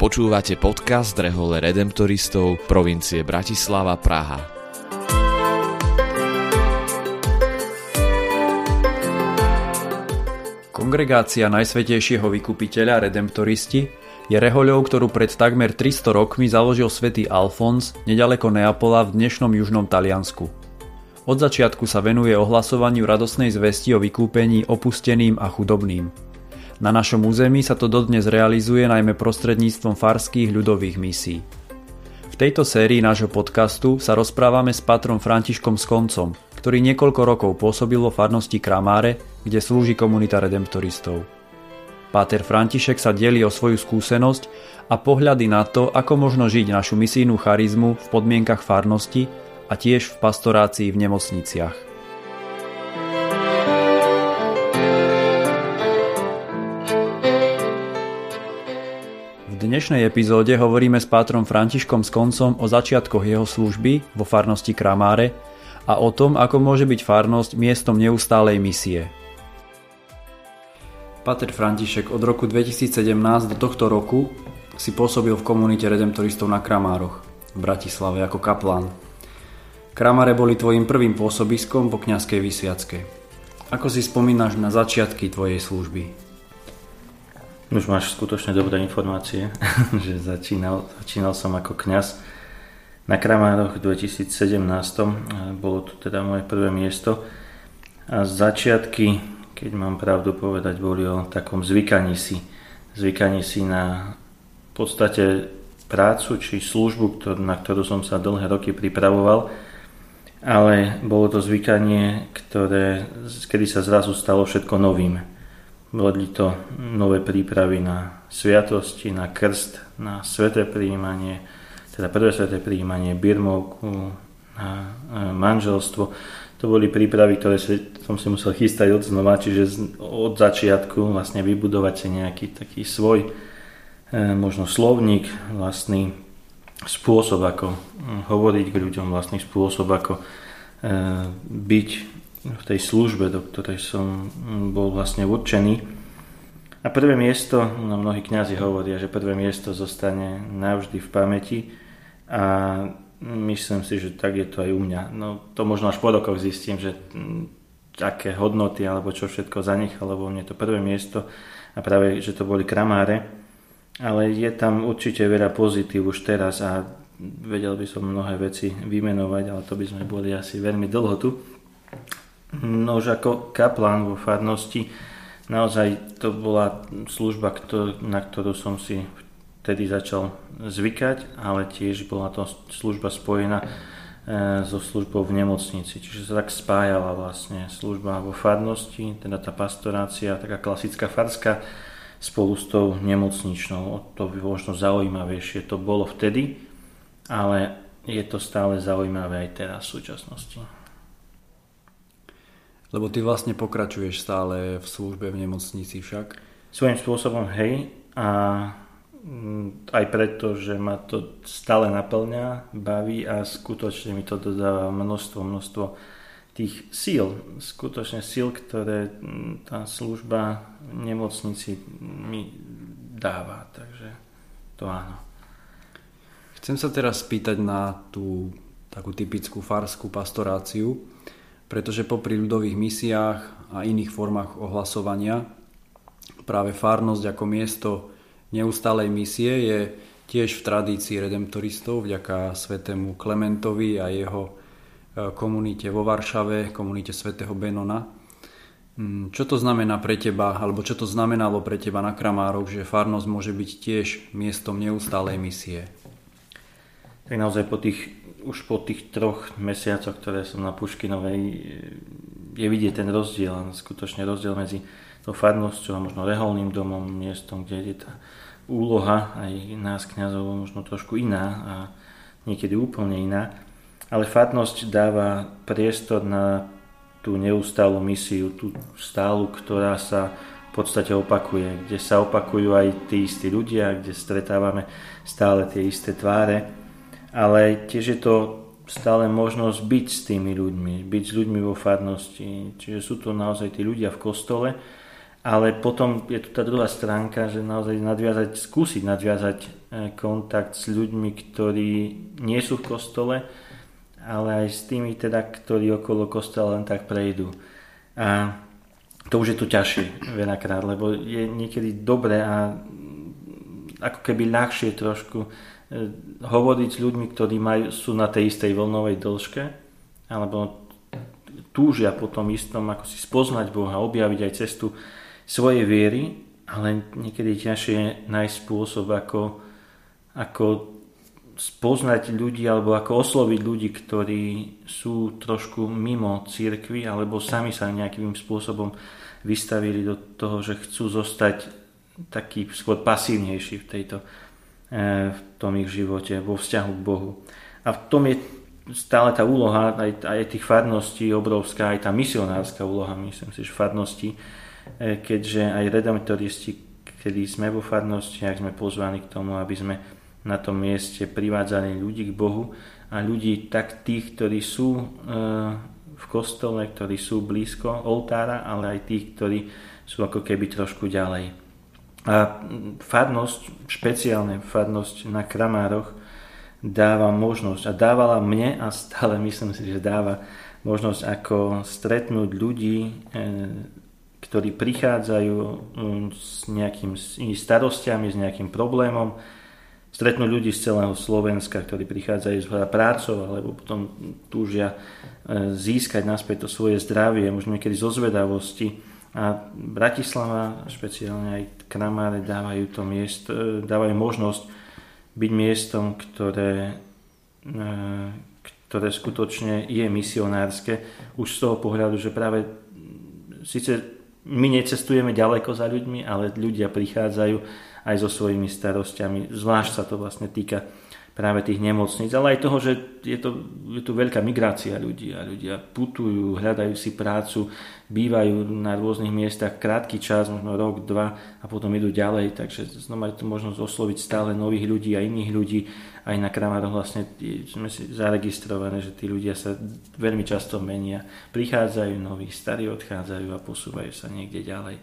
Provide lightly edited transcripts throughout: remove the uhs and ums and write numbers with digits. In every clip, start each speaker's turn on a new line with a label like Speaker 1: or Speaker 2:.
Speaker 1: Počúvate podcast Rehole redemptoristov provincie Bratislava, Praha.
Speaker 2: Kongregácia Najsvätejšieho Vykupiteľa Redemptoristi je rehoľou, ktorú pred takmer 300 rokmi založil svätý Alfons nedaleko Neapola v dnešnom južnom Taliansku. Od začiatku sa venuje ohlasovaniu radosnej zvesti o vykúpení opusteným a chudobným. Na našom území sa to dodnes realizuje najmä prostredníctvom farských ľudových misií. V tejto sérii nášho podcastu sa rozprávame s pátrom Františkom Skoncom, ktorý niekoľko rokov pôsobil vo farnosti Kramáre, kde slúži komunita redemptoristov. Páter František sa delí o svoju skúsenosť a pohľady na to, ako možno žiť našu misijnú charizmu v podmienkach farnosti a tiež v pastorácii v nemocniciach. V dnešnej epizóde hovoríme s pátrom Františkom Skoncom o začiatkoch jeho služby vo farnosti Kramáre a o tom, ako môže byť farnosť miestom neustálej misie. Páter František, od roku 2017 do tohto roku si pôsobil v komunite redemptoristov na Kramároch v Bratislave ako kaplán. Kramáre boli tvojim prvým pôsobiskom po kňazskej vysviacke. Ako si spomínaš na začiatky tvojej služby?
Speaker 3: Už máš skutočne dobré informácie, že začínal som ako kňaz na Kramároch v 2017. Bolo to teda moje prvé miesto. A začiatky, keď mám pravdu povedať, boli o takom zvykaní si. Zvykaní si na v podstate prácu či službu, na ktorú som sa dlhé roky pripravoval. Ale bolo to zvykanie, kedy sa zrazu stalo všetko novým. Boli to nové prípravy na sviatosti, na krst, na sväté prijímanie, teda prvé sväté prijímanie, birmovku, na manželstvo. To boli prípravy, ktoré som si musel chystať od znova, čiže od začiatku vlastne vybudovať si nejaký taký svoj možno slovník, vlastný spôsob, ako hovoriť k ľuďom, vlastný spôsob, ako byť v tej službe, do ktorej som bol vlastne určený. A prvé miesto, mnohí kňazi hovoria, že prvé miesto zostane navždy v pamäti a myslím si, že tak je to aj u mňa. No to možno až po rokoch zistím, že aké hodnoty alebo čo všetko zanechalo vo mne to prvé miesto a práve, že to boli Kramáre. Ale je tam určite veľa pozitív už teraz a vedel by som mnohé veci vymenovať, ale to by sme boli asi veľmi dlho tu. No už ako kaplán vo farnosti, naozaj to bola služba, na ktorú som si vtedy začal zvykať, ale tiež bola to služba spojená so službou v nemocnici. Čiže sa tak spájala vlastne služba vo farnosti, teda tá pastorácia, taká klasická farská, spolu s tou nemocničnou. O to by možno zaujímavejšie to bolo vtedy, ale je to stále zaujímavé aj teraz v súčasnosti.
Speaker 2: Lebo ty vlastne pokračuješ stále v službe v nemocnici však?
Speaker 3: Svojím spôsobom hej, a aj preto, že ma to stále naplňa, baví a skutočne mi to dodáva množstvo tých síl, skutočne síl, ktoré tá služba v nemocnici mi dáva, takže to áno.
Speaker 2: Chcem sa teraz spýtať na tú takú typickú farskú pastoráciu, pretože popri ľudových misiách a iných formách ohlasovania práve farnosť ako miesto neustálej misie je tiež v tradícii redemptoristov vďaka svätému Klementovi a jeho komunite vo Varšave, komunite svätého Benona. Čo to znamená pre teba, alebo čo to znamenalo pre teba na Kramároch, že farnosť môže byť tiež miestom neustálej misie?
Speaker 3: Tak naozaj už po tých 3 mesiacoch, ktoré som na Puškinovej, je vidieť ten rozdiel, skutočne rozdiel medzi tou farnosťou a možno reholným domom, miestom, kde je tá úloha aj nás kňazov možno trošku iná a niekedy úplne iná. Ale farnosť dáva priestor na tú neustálú misiu, tú stálu, ktorá sa v podstate opakuje, kde sa opakujú aj tí istí ľudia, kde stretávame stále tie isté tváre. Ale tiež je to stále možnosť byť s tými ľuďmi, byť s ľuďmi vo farnosti. Čiže sú to naozaj tí ľudia v kostole Ale potom je tu tá druhá stránka, že naozaj skúsiť nadviazať kontakt s ľuďmi, ktorí nie sú v kostole, ale aj s tými teda, ktorí okolo kostola len tak prejdú. A to už je tu ťažšie veľakrát, lebo je niekedy dobré a ako keby ľahšie trošku hovoriť s ľuďmi, ktorí sú na tej istej vlnovej dĺžke, alebo túžia po tom istom, ako si spoznať Boha, objaviť aj cestu svojej viery, ale niekedy je ťažšie nájsť spôsob, ako spoznať ľudí alebo ako osloviť ľudí, ktorí sú trošku mimo cirkvi alebo sami sa nejakým spôsobom vystavili do toho, že chcú zostať taký skôr pasívnejší v tom ich živote, vo vzťahu k Bohu. A v tom je stále tá úloha aj tých farností obrovská, aj tá misionárska úloha, myslím si, že farnosti, keďže aj redemptoristi, kedy sme vo farnostiach, sme pozvaní k tomu, aby sme na tom mieste privádzali ľudí k Bohu a ľudí tak tých, ktorí sú v kostole, ktorí sú blízko oltára, ale aj tých, ktorí sú ako keby trošku ďalej. A farnosť, špeciálne farnosť na Kramároch dáva možnosť a dávala mne a stále myslím si, že dáva možnosť ako stretnúť ľudí, ktorí prichádzajú s nejakými starostiami, s nejakým problémom, stretnúť ľudí z celého Slovenska, ktorí prichádzajú s prácou alebo potom túžia získať naspäť to svoje zdravie, možno niekedy zo zvedavosti. A Bratislava, špeciálne aj Kramáre dávajú možnosť byť miestom, ktoré skutočne je misionárske. Už z toho pohľadu, že práve síce my necestujeme ďaleko za ľuďmi, ale ľudia prichádzajú aj so svojimi starostiami. Zvlášť sa to vlastne týka práve tých nemocníc, ale aj toho, že je tu veľká migrácia ľudí a ľudia putujú, hľadajú si prácu, bývajú na rôznych miestach krátky čas, možno rok, dva a potom idú ďalej, takže znova je tu možnosť osloviť stále nových ľudí a iných ľudí. Aj na Kramároch vlastne sme si zaregistrované, že tí ľudia sa veľmi často menia. Prichádzajú noví, starí odchádzajú a posúvajú sa niekde ďalej.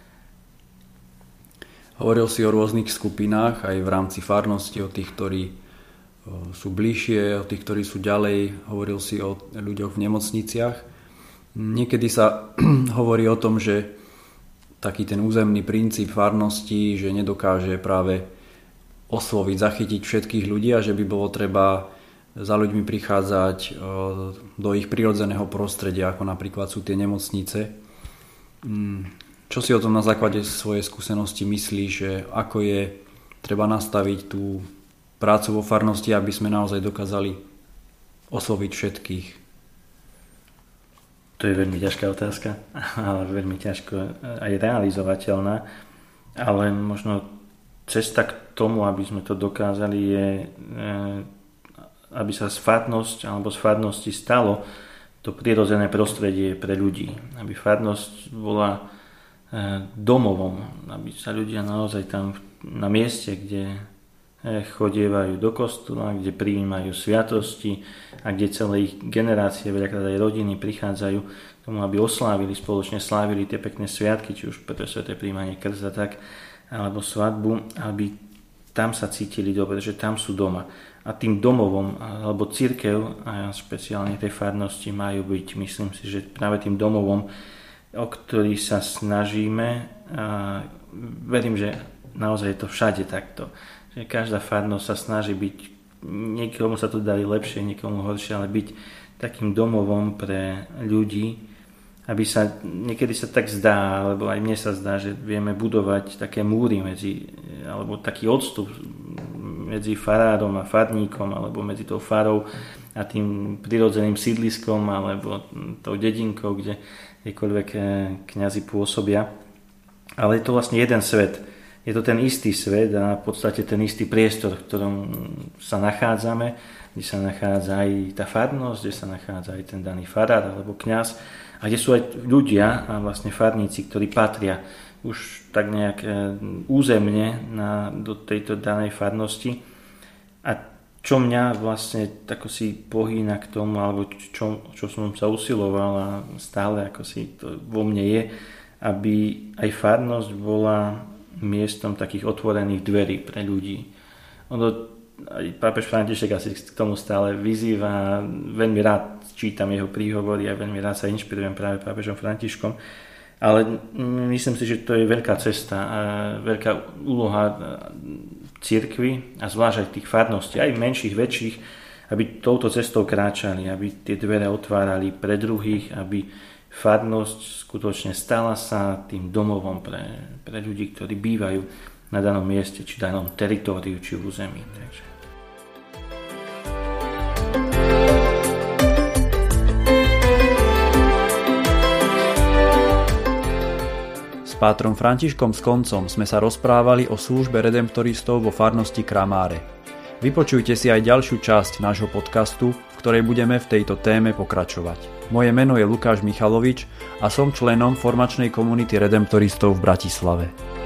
Speaker 2: Hovoril si o rôznych skupinách aj v rámci farnosti, o tých, ktorí sú bližšie, o tých, ktorí sú ďalej. Hovoril si o ľuďoch v nemocniciach. Niekedy sa hovorí o tom, že taký ten územný princíp farnosti, že nedokáže práve osloviť, zachytiť všetkých ľudí a že by bolo treba za ľuďmi prichádzať do ich prirodzeného prostredia, ako napríklad sú tie nemocnice. Čo si o tom na základe svojej skúsenosti myslíš, že ako je treba nastaviť tú prácu vo farnosti, aby sme naozaj dokázali osloviť všetkých?
Speaker 3: To je veľmi ťažká otázka, ale veľmi ťažko aj realizovateľná, ale možno cesta k tomu, aby sme to dokázali, je, aby sa z farnosti stalo to prirodzené prostredie pre ľudí. Aby farnosť bola domovom, aby sa ľudia naozaj tam na mieste, kde chodievajú do kostola, kde prijímajú sviatosti a kde celé ich generácie, veľakrát aj rodiny prichádzajú k tomu, aby spoločne slávili tie pekné sviatky, či už prvé sväté prijímanie, krst a tak, alebo svadbu, aby tam sa cítili dobre, že tam sú doma. A tým domovom, alebo cirkev, a špeciálne tej farnosti majú byť, myslím si, že práve tým domovom, o ktorý sa snažíme, a verím, že naozaj je to všade takto. Že každá farnosť sa snaží byť, niekomu sa to darí lepšie, niekomu horšie, ale byť takým domovom pre ľudí, aby sa, niekedy sa tak zdá, alebo aj mne sa zdá, že vieme budovať také múry alebo taký odstup medzi farárom a farníkom, alebo medzi tou farou a tým prirodzeným sídliskom, alebo tou dedinkou, kde kdekoľvek kňazi pôsobia. Ale je to vlastne jeden svet. Je to ten istý svet a v podstate ten istý priestor, v ktorom sa nachádzame, kde sa nachádza aj tá farnosť, kde sa nachádza aj ten daný farár alebo kňaz a kde sú aj ľudia a vlastne farníci, ktorí patria už tak nejak územne do tejto danej farnosti. A čo mňa vlastne tako si pohýna k tomu, alebo čo som sa usiloval a stále ako si to vo mne je, aby aj farnosť bola miestom takých otvorených dverí pre ľudí. Aj pápež František asi k tomu stále vyzýva, veľmi rád čítam jeho príhovory a veľmi rád sa inšpirujem práve pápežom Františkom, ale myslím si, že to je veľká cesta a veľká úloha cirkvi a zvlášť aj tých farností, aj menších, väčších, aby touto cestou kráčali, aby tie dvere otvárali pre druhých, aby farnosť skutočne stala sa tým domovom pre ľudí, ktorí bývajú na danom mieste, či danom teritóriu, či v území. Takže.
Speaker 2: S pátrom Františkom Skoncom sme sa rozprávali o službe redemptoristov vo farnosti Kramáre. Vypočujte si aj ďalšiu časť nášho podcastu, v ktorej budeme v tejto téme pokračovať. Moje meno je Lukáš Michalovič a som členom formačnej komunity redemptoristov v Bratislave.